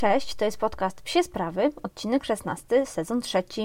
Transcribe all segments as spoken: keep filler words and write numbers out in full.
Cześć, to jest podcast Psie Sprawy, odcinek szesnasty, sezon trzeci.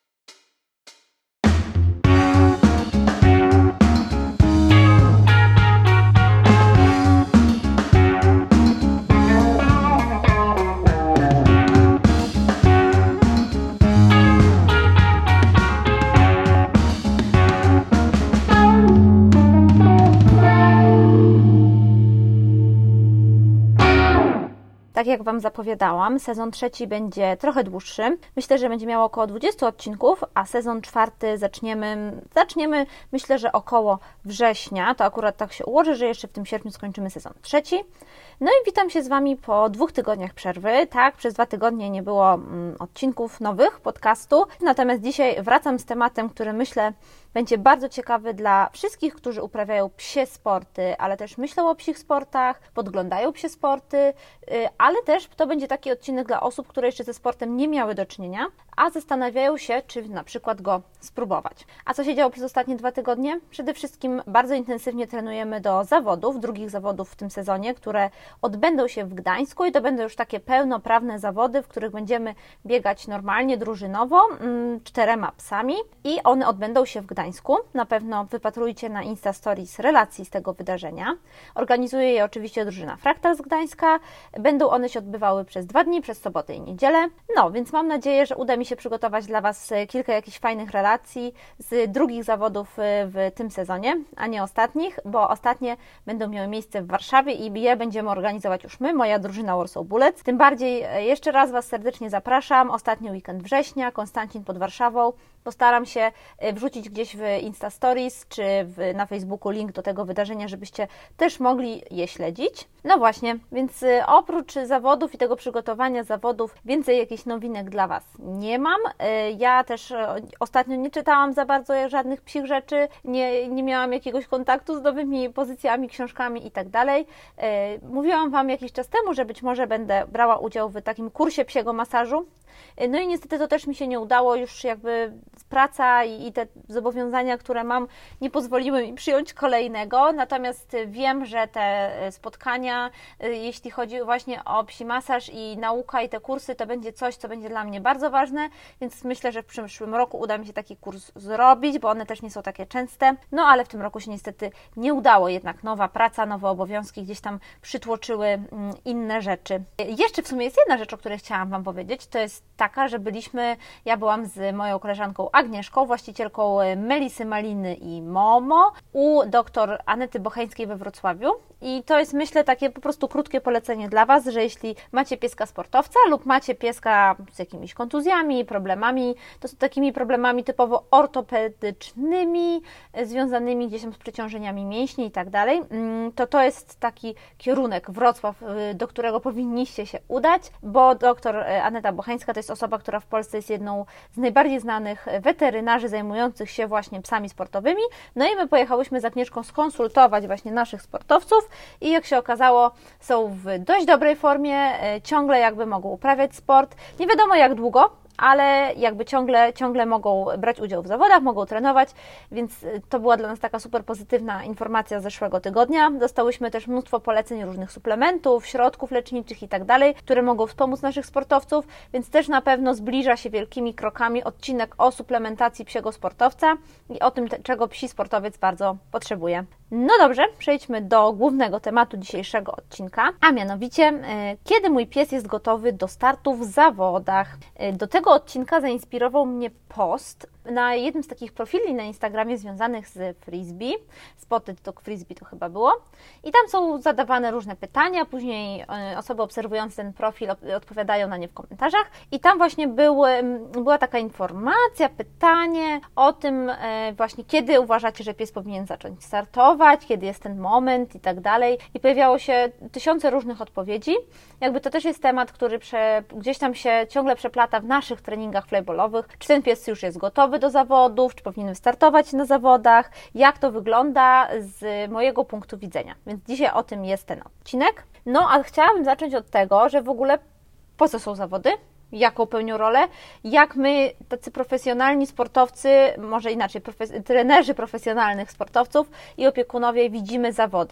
Tak jak Wam zapowiadałam, sezon trzeci będzie trochę dłuższy. Myślę, że będzie miał około dwudziestu odcinków, a sezon czwarty zaczniemy, zaczniemy myślę, że około września. To akurat tak się ułoży, że jeszcze w tym sierpniu skończymy sezon trzeci. No i witam się z Wami po dwóch tygodniach przerwy. Tak, przez dwa tygodnie nie było mm, odcinków nowych podcastu. Natomiast dzisiaj wracam z tematem, który myślę będzie bardzo ciekawy dla wszystkich, którzy uprawiają psie sporty, ale też myślą o psich sportach, podglądają psie sporty, ale też to będzie taki odcinek dla osób, które jeszcze ze sportem nie miały do czynienia, a zastanawiają się, czy na przykład go spróbować. A co się działo przez ostatnie dwa tygodnie? Przede wszystkim bardzo intensywnie trenujemy do zawodów, drugich zawodów w tym sezonie, które odbędą się w Gdańsku i to będą już takie pełnoprawne zawody, w których będziemy biegać normalnie, drużynowo, czterema psami i one odbędą się w Gdańsku. Na pewno wypatrujcie na Insta Stories relacji z tego wydarzenia. Organizuje je oczywiście drużyna Fraktal z Gdańska. Będą one się odbywały przez dwa dni, przez sobotę i niedzielę. No, więc mam nadzieję, że uda mi się przygotować dla Was kilka jakichś fajnych relacji z drugich zawodów w tym sezonie, a nie ostatnich, bo ostatnie będą miały miejsce w Warszawie i je będziemy organizować już my, moja drużyna Warsaw Bullets. Tym bardziej jeszcze raz Was serdecznie zapraszam. Ostatni weekend września, Konstancin pod Warszawą. Postaram się wrzucić gdzieś w Insta Stories czy w, na Facebooku link do tego wydarzenia, żebyście też mogli je śledzić. No właśnie, więc oprócz zawodów i tego przygotowania zawodów więcej jakichś nowinek dla Was nie mam. Ja też ostatnio nie czytałam za bardzo żadnych psich rzeczy, nie, nie miałam jakiegoś kontaktu z nowymi pozycjami, książkami i tak dalej. Mówiłam Wam jakiś czas temu, że być może będę brała udział w takim kursie psiego masażu. No i niestety to też mi się nie udało, już jakby praca i, i te zobowiązania, które mam, nie pozwoliły mi przyjąć kolejnego, natomiast wiem, że te spotkania, jeśli chodzi właśnie o psi masaż i nauka i te kursy, to będzie coś, co będzie dla mnie bardzo ważne, więc myślę, że w przyszłym roku uda mi się taki kurs zrobić, bo one też nie są takie częste, no ale w tym roku się niestety nie udało, jednak nowa praca, nowe obowiązki gdzieś tam przytłoczyły inne rzeczy. Jeszcze w sumie jest jedna rzecz, o której chciałam Wam powiedzieć, to jest taka, że byliśmy, ja byłam z moją koleżanką Agnieszką, właścicielką Melisy Maliny i Momo u doktor Anety Bocheńskiej we Wrocławiu i to jest, myślę, takie po prostu krótkie polecenie dla Was, że jeśli macie pieska sportowca lub macie pieska z jakimiś kontuzjami, problemami, to są takimi problemami typowo ortopedycznymi, związanymi gdzieś tam z przeciążeniami mięśni i tak dalej, to to jest taki kierunek Wrocław, do którego powinniście się udać, bo doktor Aneta Bocheńska to jest osoba, która w Polsce jest jedną z najbardziej znanych weterynarzy zajmujących się właśnie psami sportowymi. No i my pojechałyśmy z Agnieszką skonsultować właśnie naszych sportowców i jak się okazało, są w dość dobrej formie, ciągle jakby mogą uprawiać sport. Nie wiadomo jak długo, ale jakby ciągle, ciągle mogą brać udział w zawodach, mogą trenować, więc to była dla nas taka super pozytywna informacja z zeszłego tygodnia. Dostałyśmy też mnóstwo poleceń różnych suplementów, środków leczniczych i tak dalej, które mogą wspomóc naszych sportowców, więc też na pewno zbliża się wielkimi krokami odcinek o suplementacji psiego sportowca i o tym, czego psi sportowiec bardzo potrzebuje. No dobrze, przejdźmy do głównego tematu dzisiejszego odcinka, a mianowicie kiedy mój pies jest gotowy do startu w zawodach. Do tego odcinka zainspirował mnie post na jednym z takich profili na Instagramie związanych z frisbee, Spotted Dog Frisbee to chyba było, i tam są zadawane różne pytania, później osoby obserwujące ten profil odpowiadają na nie w komentarzach i tam właśnie był, była taka informacja, pytanie o tym właśnie, kiedy uważacie, że pies powinien zacząć startować, kiedy jest ten moment i tak dalej, i pojawiało się tysiące różnych odpowiedzi. Jakby to też jest temat, który prze, gdzieś tam się ciągle przeplata w naszych treningach flyballowych, czy ten pies już jest gotowy do zawodów, czy powinien startować na zawodach, jak to wygląda z mojego punktu widzenia. Więc dzisiaj o tym jest ten odcinek. No a chciałabym zacząć od tego, że w ogóle po co są zawody? Jaką pełnią rolę, jak my, tacy profesjonalni sportowcy, może inaczej, profes- trenerzy profesjonalnych sportowców i opiekunowie widzimy zawody.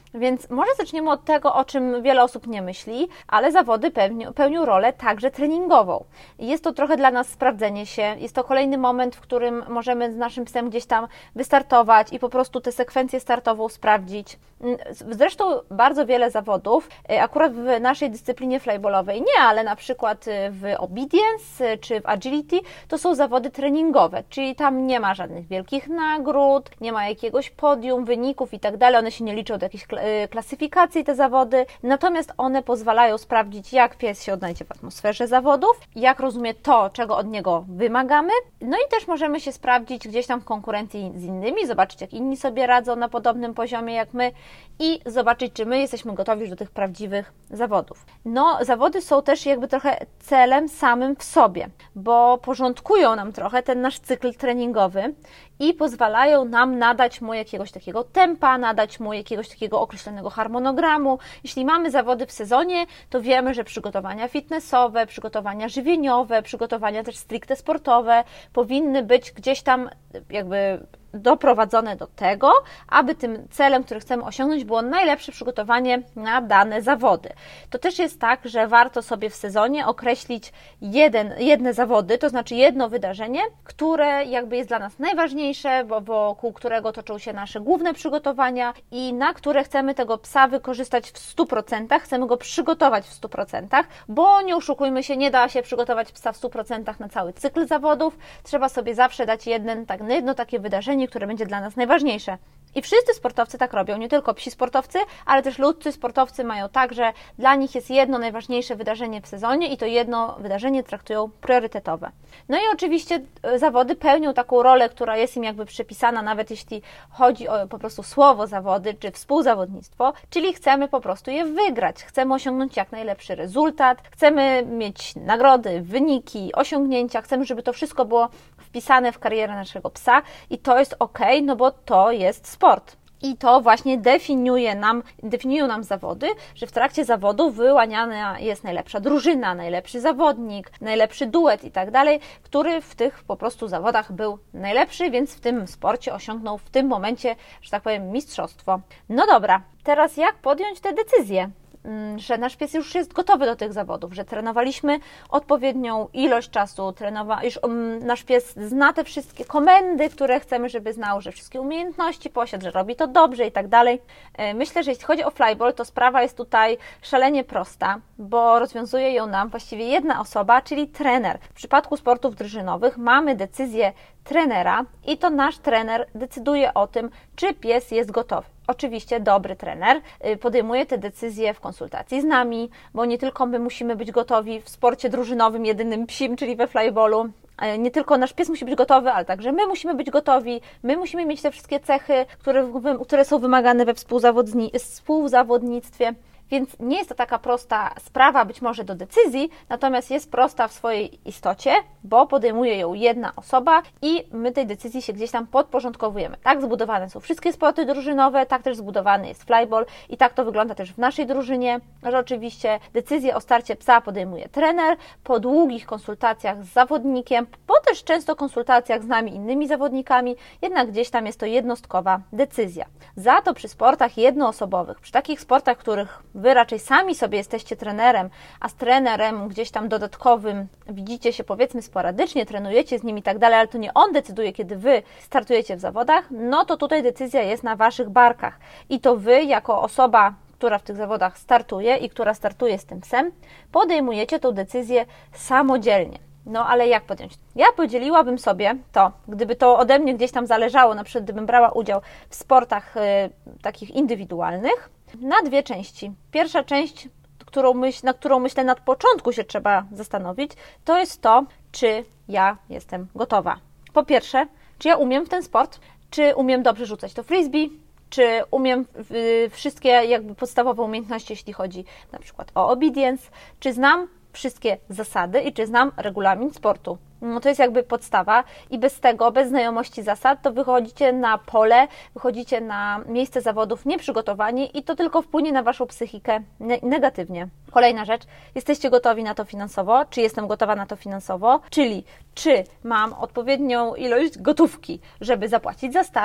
Więc może zaczniemy od tego, o czym wiele osób nie myśli, ale zawody pełnią, pełnią rolę także treningową. Jest to trochę dla nas sprawdzenie się, jest to kolejny moment, w którym możemy z naszym psem gdzieś tam wystartować i po prostu tę sekwencję startową sprawdzić. Zresztą bardzo wiele zawodów, akurat w naszej dyscyplinie flyballowej nie, ale na przykład w obedience czy w agility, to są zawody treningowe, czyli tam nie ma żadnych wielkich nagród, nie ma jakiegoś podium, wyników i tak dalej, one się nie liczą do jakiejś klasyfikacji, te zawody, natomiast one pozwalają sprawdzić, jak pies się odnajdzie w atmosferze zawodów, jak rozumie to, czego od niego wymagamy, no i też możemy się sprawdzić gdzieś tam w konkurencji z innymi, zobaczyć, jak inni sobie radzą na podobnym poziomie jak my i zobaczyć, czy my jesteśmy gotowi już do tych prawdziwych zawodów. No, zawody są też jakby trochę celem samym w sobie, bo porządkują nam trochę ten nasz cykl treningowy i pozwalają nam nadać mu jakiegoś takiego tempa, nadać mu jakiegoś takiego określonego harmonogramu. Jeśli mamy zawody w sezonie, to wiemy, że przygotowania fitnessowe, przygotowania żywieniowe, przygotowania też stricte sportowe powinny być gdzieś tam jakby doprowadzone do tego, aby tym celem, który chcemy osiągnąć, było najlepsze przygotowanie na dane zawody. To też jest tak, że warto sobie w sezonie określić jeden, jedne zawody, to znaczy jedno wydarzenie, które jakby jest dla nas najważniejsze, bo wokół którego toczą się nasze główne przygotowania i na które chcemy tego psa wykorzystać w stu procentach, chcemy go przygotować w stu procentach, bo nie oszukujmy się, nie da się przygotować psa w stu procentach na cały cykl zawodów, trzeba sobie zawsze dać jeden, tak, jedno takie wydarzenie, które będzie dla nas najważniejsze. I wszyscy sportowcy tak robią, nie tylko psi sportowcy, ale też ludzcy sportowcy mają tak, że dla nich jest jedno najważniejsze wydarzenie w sezonie i to jedno wydarzenie traktują priorytetowe. No i oczywiście zawody pełnią taką rolę, która jest im jakby przypisana, nawet jeśli chodzi o po prostu słowo zawody czy współzawodnictwo, czyli chcemy po prostu je wygrać, chcemy osiągnąć jak najlepszy rezultat, chcemy mieć nagrody, wyniki, osiągnięcia, chcemy, żeby to wszystko było wpisane w karierę naszego psa i to jest ok, no bo to jest sport. I to właśnie definiuje nam, definiują nam zawody, że w trakcie zawodu wyłaniana jest najlepsza drużyna, najlepszy zawodnik, najlepszy duet i tak dalej, który w tych po prostu zawodach był najlepszy, więc w tym sporcie osiągnął w tym momencie, że tak powiem, mistrzostwo. No dobra, teraz jak podjąć te decyzje? Że nasz pies już jest gotowy do tych zawodów, że trenowaliśmy odpowiednią ilość czasu, trenowa- już um, nasz pies zna te wszystkie komendy, które chcemy, żeby znał, że wszystkie umiejętności posiadł, że robi to dobrze i tak dalej. Myślę, że jeśli chodzi o flyball, to sprawa jest tutaj szalenie prosta, bo rozwiązuje ją nam właściwie jedna osoba, czyli trener. W przypadku sportów drużynowych mamy decyzję trenera i to nasz trener decyduje o tym, czy pies jest gotowy. Oczywiście dobry trener podejmuje te decyzje w konsultacji z nami, bo nie tylko my musimy być gotowi w sporcie drużynowym jedynym psim, czyli we flyballu, nie tylko nasz pies musi być gotowy, ale także my musimy być gotowi, my musimy mieć te wszystkie cechy, które, które są wymagane we współzawodni- współzawodnictwie. Więc nie jest to taka prosta sprawa być może do decyzji, natomiast jest prosta w swojej istocie, bo podejmuje ją jedna osoba i my tej decyzji się gdzieś tam podporządkowujemy. Tak zbudowane są wszystkie sporty drużynowe, tak też zbudowany jest flyball i tak to wygląda też w naszej drużynie, że oczywiście decyzję o starcie psa podejmuje trener po długich konsultacjach z zawodnikiem, po też często konsultacjach z nami innymi zawodnikami, jednak gdzieś tam jest to jednostkowa decyzja. Za to przy sportach jednoosobowych, przy takich sportach, w których Wy raczej sami sobie jesteście trenerem, a z trenerem gdzieś tam dodatkowym widzicie się powiedzmy sporadycznie, trenujecie z nim i tak dalej, ale to nie on decyduje, kiedy Wy startujecie w zawodach, no to tutaj decyzja jest na Waszych barkach. I to Wy jako osoba, która w tych zawodach startuje i która startuje z tym psem, podejmujecie tę decyzję samodzielnie. No ale jak podjąć? Ja podzieliłabym sobie to, gdyby to ode mnie gdzieś tam zależało, na przykład gdybym brała udział w sportach y, takich indywidualnych, na dwie części. Pierwsza część, którą myśl, na którą myślę na początku się trzeba zastanowić, to jest to, czy ja jestem gotowa. Po pierwsze, czy ja umiem w ten sport, czy umiem dobrze rzucać to frisbee, czy umiem y, wszystkie jakby podstawowe umiejętności, jeśli chodzi na przykład o obedience, czy znam wszystkie zasady i czy znam regulamin sportu. No to jest jakby podstawa i bez tego, bez znajomości zasad, to wychodzicie na pole, wychodzicie na miejsce zawodów nieprzygotowani i to tylko wpłynie na Waszą psychikę negatywnie. Kolejna rzecz, jesteście gotowi na to finansowo, czy jestem gotowa na to finansowo, czyli czy mam odpowiednią ilość gotówki, żeby zapłacić za start,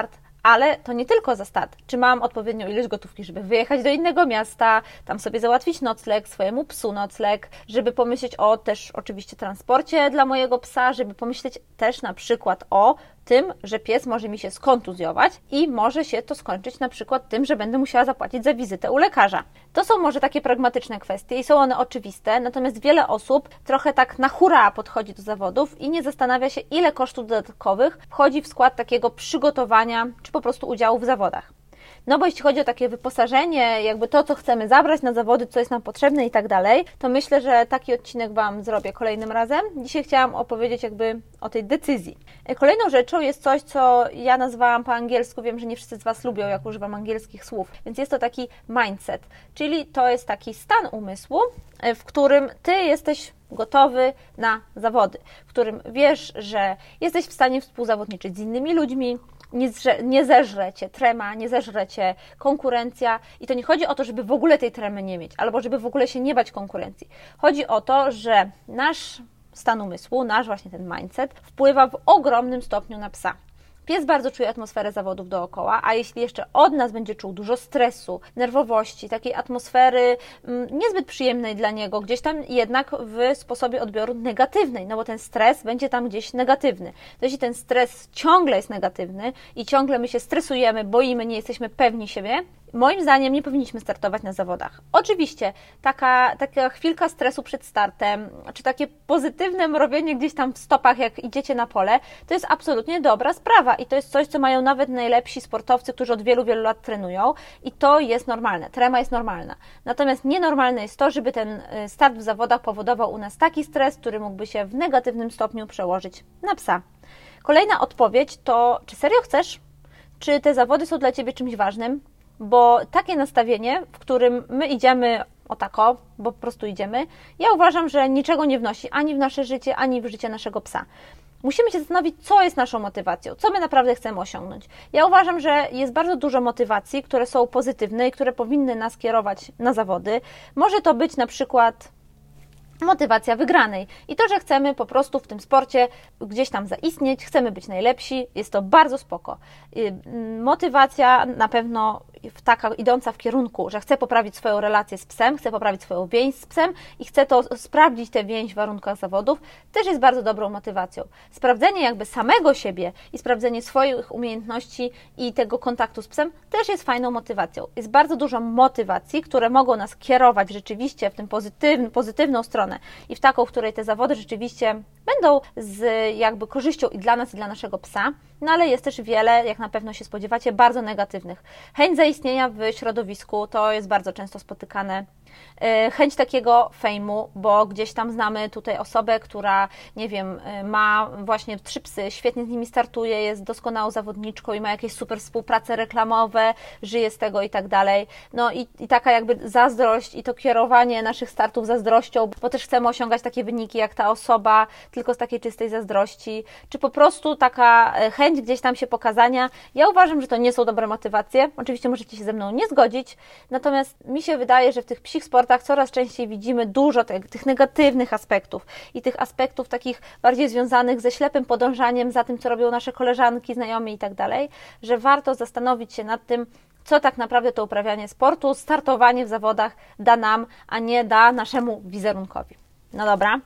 Ale to nie tylko za start. Czy mam odpowiednią ilość gotówki, żeby wyjechać do innego miasta, tam sobie załatwić nocleg, swojemu psu nocleg, żeby pomyśleć o też oczywiście transporcie dla mojego psa, żeby pomyśleć też na przykład o tym, że pies może mi się skontuzjować i może się to skończyć na przykład tym, że będę musiała zapłacić za wizytę u lekarza. To są może takie pragmatyczne kwestie i są one oczywiste, natomiast wiele osób trochę tak na hura podchodzi do zawodów i nie zastanawia się, ile kosztów dodatkowych wchodzi w skład takiego przygotowania czy po prostu udziału w zawodach. No bo jeśli chodzi o takie wyposażenie, jakby to, co chcemy zabrać na zawody, co jest nam potrzebne i tak dalej, to myślę, że taki odcinek Wam zrobię kolejnym razem. Dzisiaj chciałam opowiedzieć jakby o tej decyzji. Kolejną rzeczą jest coś, co ja nazwałam po angielsku, wiem, że nie wszyscy z Was lubią, jak używam angielskich słów, więc jest to taki mindset, czyli to jest taki stan umysłu, w którym Ty jesteś gotowy na zawody, w którym wiesz, że jesteś w stanie współzawodniczyć z innymi ludźmi, Nie, zrze, nie zeżre Cię trema, nie zeżre Cię konkurencja i to nie chodzi o to, żeby w ogóle tej tremy nie mieć, albo żeby w ogóle się nie bać konkurencji. Chodzi o to, że nasz stan umysłu, nasz właśnie ten mindset wpływa w ogromnym stopniu na psa. Pies bardzo czuje atmosferę zawodów dookoła, a jeśli jeszcze od nas będzie czuł dużo stresu, nerwowości, takiej atmosfery mm, niezbyt przyjemnej dla niego, gdzieś tam jednak w sposobie odbioru negatywnej, no bo ten stres będzie tam gdzieś negatywny. To jeśli ten stres ciągle jest negatywny i ciągle my się stresujemy, boimy, nie jesteśmy pewni siebie, moim zdaniem nie powinniśmy startować na zawodach. Oczywiście taka, taka chwilka stresu przed startem, czy takie pozytywne mrowienie gdzieś tam w stopach, jak idziecie na pole, to jest absolutnie dobra sprawa i to jest coś, co mają nawet najlepsi sportowcy, którzy od wielu, wielu lat trenują i to jest normalne, trema jest normalna. Natomiast nienormalne jest to, żeby ten start w zawodach powodował u nas taki stres, który mógłby się w negatywnym stopniu przełożyć na psa. Kolejna odpowiedź to, czy serio chcesz? Czy te zawody są dla Ciebie czymś ważnym? Bo takie nastawienie, w którym my idziemy o tako, bo po prostu idziemy, ja uważam, że niczego nie wnosi ani w nasze życie, ani w życie naszego psa. Musimy się zastanowić, co jest naszą motywacją, co my naprawdę chcemy osiągnąć. Ja uważam, że jest bardzo dużo motywacji, które są pozytywne i które powinny nas kierować na zawody. Może to być na przykład motywacja wygranej i to, że chcemy po prostu w tym sporcie gdzieś tam zaistnieć, chcemy być najlepsi, jest to bardzo spoko. Motywacja na pewno taka idąca w kierunku, że chcę poprawić swoją relację z psem, chcę poprawić swoją więź z psem i chcę to sprawdzić tę więź w warunkach zawodów, też jest bardzo dobrą motywacją. Sprawdzenie jakby samego siebie i sprawdzenie swoich umiejętności i tego kontaktu z psem też jest fajną motywacją. Jest bardzo dużo motywacji, które mogą nas kierować rzeczywiście w tym pozytywny, pozytywną stronę i w taką, w której te zawody rzeczywiście będą z jakby korzyścią i dla nas, i dla naszego psa, no ale jest też wiele, jak na pewno się spodziewacie, bardzo negatywnych. Chęć zaistnienia w środowisku to jest bardzo często spotykane. Chęć takiego fejmu, bo gdzieś tam znamy tutaj osobę, która, nie wiem, ma właśnie trzy psy, świetnie z nimi startuje, jest doskonałą zawodniczką i ma jakieś super współprace reklamowe, żyje z tego i tak dalej. No i, i taka jakby zazdrość i to kierowanie naszych startów zazdrością, bo też chcemy osiągać takie wyniki jak ta osoba, tylko z takiej czystej zazdrości, czy po prostu taka chęć gdzieś tam się pokazania. Ja uważam, że to nie są dobre motywacje. Oczywiście możecie się ze mną nie zgodzić, natomiast mi się wydaje, że w tych psich sportach coraz częściej widzimy dużo tych, tych negatywnych aspektów i tych aspektów takich bardziej związanych ze ślepym podążaniem za tym, co robią nasze koleżanki, znajomi i tak dalej, że warto zastanowić się nad tym, co tak naprawdę to uprawianie sportu, startowanie w zawodach da nam, a nie da naszemu wizerunkowi. No dobra.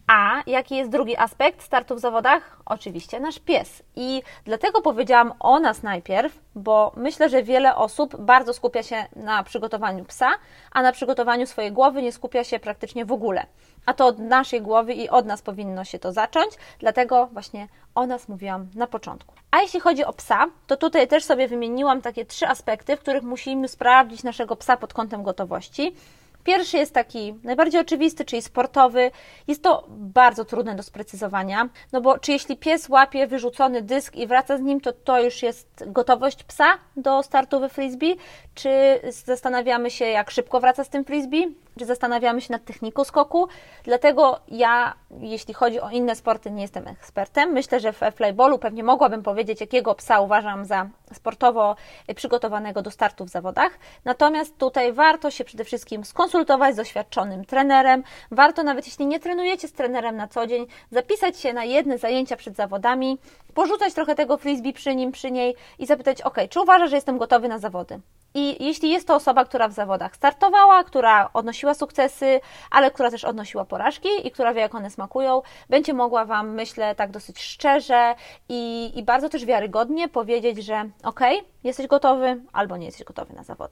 A jaki jest drugi aspekt startu w zawodach? Oczywiście nasz pies. I dlatego powiedziałam o nas najpierw, bo myślę, że wiele osób bardzo skupia się na przygotowaniu psa, a na przygotowaniu swojej głowy nie skupia się praktycznie w ogóle. A to od naszej głowy i od nas powinno się to zacząć, dlatego właśnie o nas mówiłam na początku. A jeśli chodzi o psa, to tutaj też sobie wymieniłam takie trzy aspekty, w których musimy sprawdzić naszego psa pod kątem gotowości. Pierwszy jest taki najbardziej oczywisty, czyli sportowy. Jest to bardzo trudne do sprecyzowania, no bo czy jeśli pies łapie wyrzucony dysk i wraca z nim, to to już jest gotowość psa do startu we frisbee? Czy zastanawiamy się, jak szybko wraca z tym frisbee? Czy zastanawiamy się nad techniką skoku? Dlatego ja, jeśli chodzi o inne sporty, nie jestem ekspertem. Myślę, że w flyballu pewnie mogłabym powiedzieć, jakiego psa uważam za sportowo przygotowanego do startu w zawodach. Natomiast tutaj warto się przede wszystkim skonsultować z doświadczonym trenerem. Warto, nawet jeśli nie trenujecie z trenerem na co dzień, zapisać się na jedne zajęcia przed zawodami, porzucać trochę tego frisbee przy nim, przy niej i zapytać, ok, czy uważasz, że jestem gotowy na zawody? I jeśli jest to osoba, która w zawodach startowała, która odnosiła sukcesy, ale która też odnosiła porażki i która wie, jak one smakują, będzie mogła Wam, myślę, tak dosyć szczerze i, i bardzo też wiarygodnie powiedzieć, że ok, jesteś gotowy albo nie jesteś gotowy na zawody.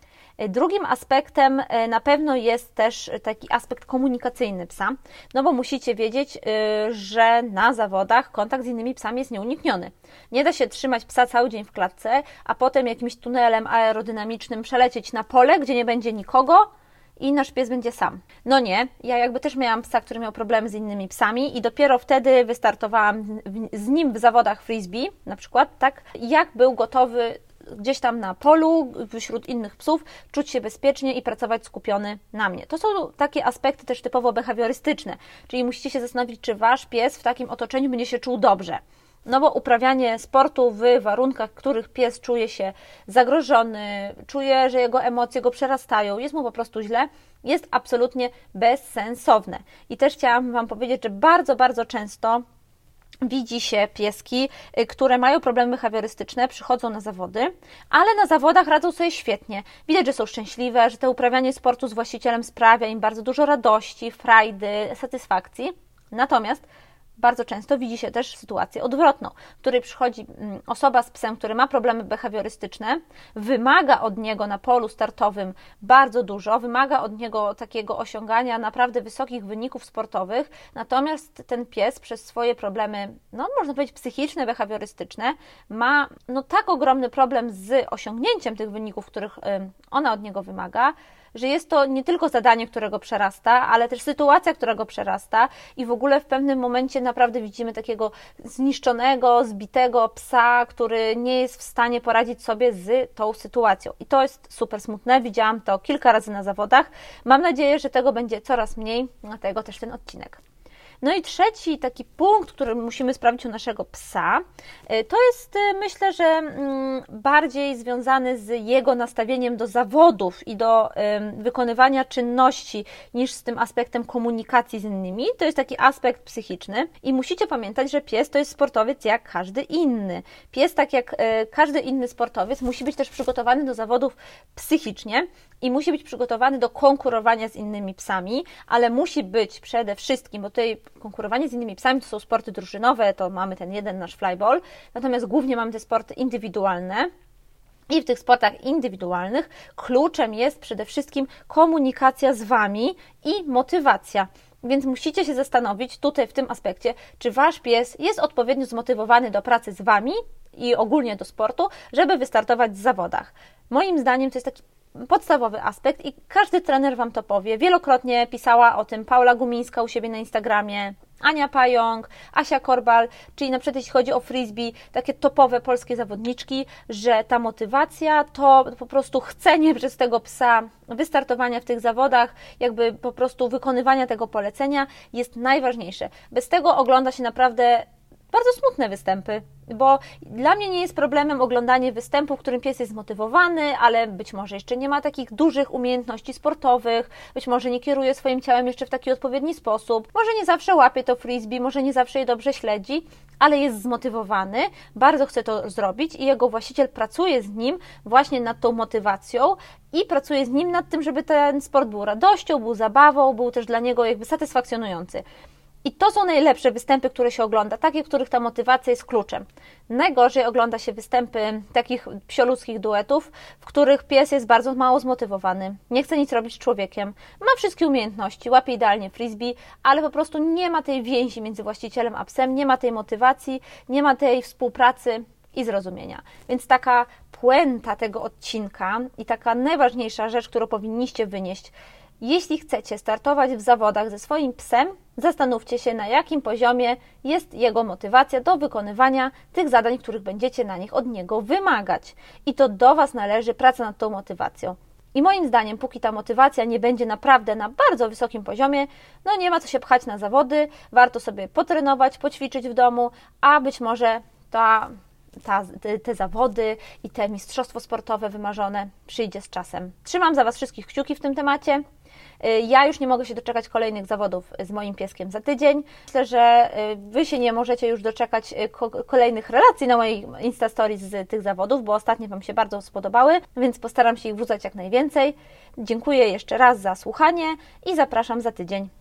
Drugim aspektem na pewno jest też taki aspekt komunikacyjny psa, no bo musicie wiedzieć, że na zawodach kontakt z innymi psami jest nieunikniony. Nie da się trzymać psa cały dzień w klatce, a potem jakimś tunelem aerodynamicznym przelecieć na pole, gdzie nie będzie nikogo i nasz pies będzie sam. No nie, ja jakby też miałam psa, który miał problemy z innymi psami i dopiero wtedy wystartowałam z nim w zawodach frisbee, na przykład, tak, jak był gotowy gdzieś tam na polu, wśród innych psów, czuć się bezpiecznie i pracować skupiony na mnie. To są takie aspekty też typowo behawiorystyczne, czyli musicie się zastanowić, czy Wasz pies w takim otoczeniu będzie się czuł dobrze. No bo uprawianie sportu w warunkach, w których pies czuje się zagrożony, czuje, że jego emocje go przerastają, jest mu po prostu źle, jest absolutnie bezsensowne. I też chciałam Wam powiedzieć, że bardzo, bardzo często widzi się pieski, które mają problemy behawiorystyczne, przychodzą na zawody, ale na zawodach radzą sobie świetnie. Widać, że są szczęśliwe, że to uprawianie sportu z właścicielem sprawia im bardzo dużo radości, frajdy, satysfakcji. Natomiast bardzo często widzi się też sytuację odwrotną, w której przychodzi osoba z psem, który ma problemy behawiorystyczne, wymaga od niego na polu startowym bardzo dużo, wymaga od niego takiego osiągania naprawdę wysokich wyników sportowych, natomiast ten pies przez swoje problemy, no można powiedzieć psychiczne, behawiorystyczne, ma no tak ogromny problem z osiągnięciem tych wyników, których ona od niego wymaga, że jest to nie tylko zadanie, którego przerasta, ale też sytuacja, która go przerasta i w ogóle w pewnym momencie naprawdę widzimy takiego zniszczonego, zbitego psa, który nie jest w stanie poradzić sobie z tą sytuacją. I to jest super smutne, widziałam to kilka razy na zawodach. Mam nadzieję, że tego będzie coraz mniej, dlatego też ten odcinek. No i trzeci taki punkt, który musimy sprawdzić u naszego psa, to jest, myślę, że bardziej związany z jego nastawieniem do zawodów i do wykonywania czynności niż z tym aspektem komunikacji z innymi. To jest taki aspekt psychiczny i musicie pamiętać, że pies to jest sportowiec jak każdy inny. Pies, tak jak każdy inny sportowiec, musi być też przygotowany do zawodów psychicznie i musi być przygotowany do konkurowania z innymi psami, ale musi być przede wszystkim, bo tutaj konkurowanie z innymi psami to są sporty drużynowe, to mamy ten jeden nasz flyball, natomiast głównie mamy te sporty indywidualne. I w tych sportach indywidualnych kluczem jest przede wszystkim komunikacja z Wami i motywacja. Więc musicie się zastanowić tutaj w tym aspekcie, czy Wasz pies jest odpowiednio zmotywowany do pracy z Wami i ogólnie do sportu, żeby wystartować w zawodach. Moim zdaniem to jest taki podstawowy aspekt i każdy trener Wam to powie. Wielokrotnie pisała o tym Paula Gumińska u siebie na Instagramie, Ania Pająk, Asia Korbal, czyli na przykład jeśli chodzi o frisbee, takie topowe polskie zawodniczki, że ta motywacja to po prostu chcenie przez tego psa wystartowania w tych zawodach, jakby po prostu wykonywania tego polecenia jest najważniejsze. Bez tego ogląda się naprawdę bardzo smutne występy, bo dla mnie nie jest problemem oglądanie występu, w którym pies jest zmotywowany, ale być może jeszcze nie ma takich dużych umiejętności sportowych, być może nie kieruje swoim ciałem jeszcze w taki odpowiedni sposób, może nie zawsze łapie to frisbee, może nie zawsze je dobrze śledzi, ale jest zmotywowany, bardzo chce to zrobić i jego właściciel pracuje z nim właśnie nad tą motywacją i pracuje z nim nad tym, żeby ten sport był radością, był zabawą, był też dla niego jakby satysfakcjonujący. I to są najlepsze występy, które się ogląda, takie, w których ta motywacja jest kluczem. Najgorzej ogląda się występy takich psioludzkich duetów, w których pies jest bardzo mało zmotywowany, nie chce nic robić z człowiekiem, ma wszystkie umiejętności, łapie idealnie frisbee, ale po prostu nie ma tej więzi między właścicielem a psem, nie ma tej motywacji, nie ma tej współpracy i zrozumienia. Więc taka puenta tego odcinka i taka najważniejsza rzecz, którą powinniście wynieść, jeśli chcecie startować w zawodach ze swoim psem, zastanówcie się, na jakim poziomie jest jego motywacja do wykonywania tych zadań, których będziecie na nich od niego wymagać. I to do Was należy praca nad tą motywacją. I moim zdaniem, póki ta motywacja nie będzie naprawdę na bardzo wysokim poziomie, no nie ma co się pchać na zawody, warto sobie potrenować, poćwiczyć w domu, a być może ta ta, te, te zawody i te mistrzostwo sportowe wymarzone przyjdzie z czasem. Trzymam za Was wszystkich kciuki w tym temacie. Ja już nie mogę się doczekać kolejnych zawodów z moim pieskiem za tydzień. Myślę, że Wy się nie możecie już doczekać kolejnych relacji na moich Insta Stories z tych zawodów, bo ostatnie Wam się bardzo spodobały, więc postaram się ich wrzucać jak najwięcej. Dziękuję jeszcze raz za słuchanie i zapraszam za tydzień.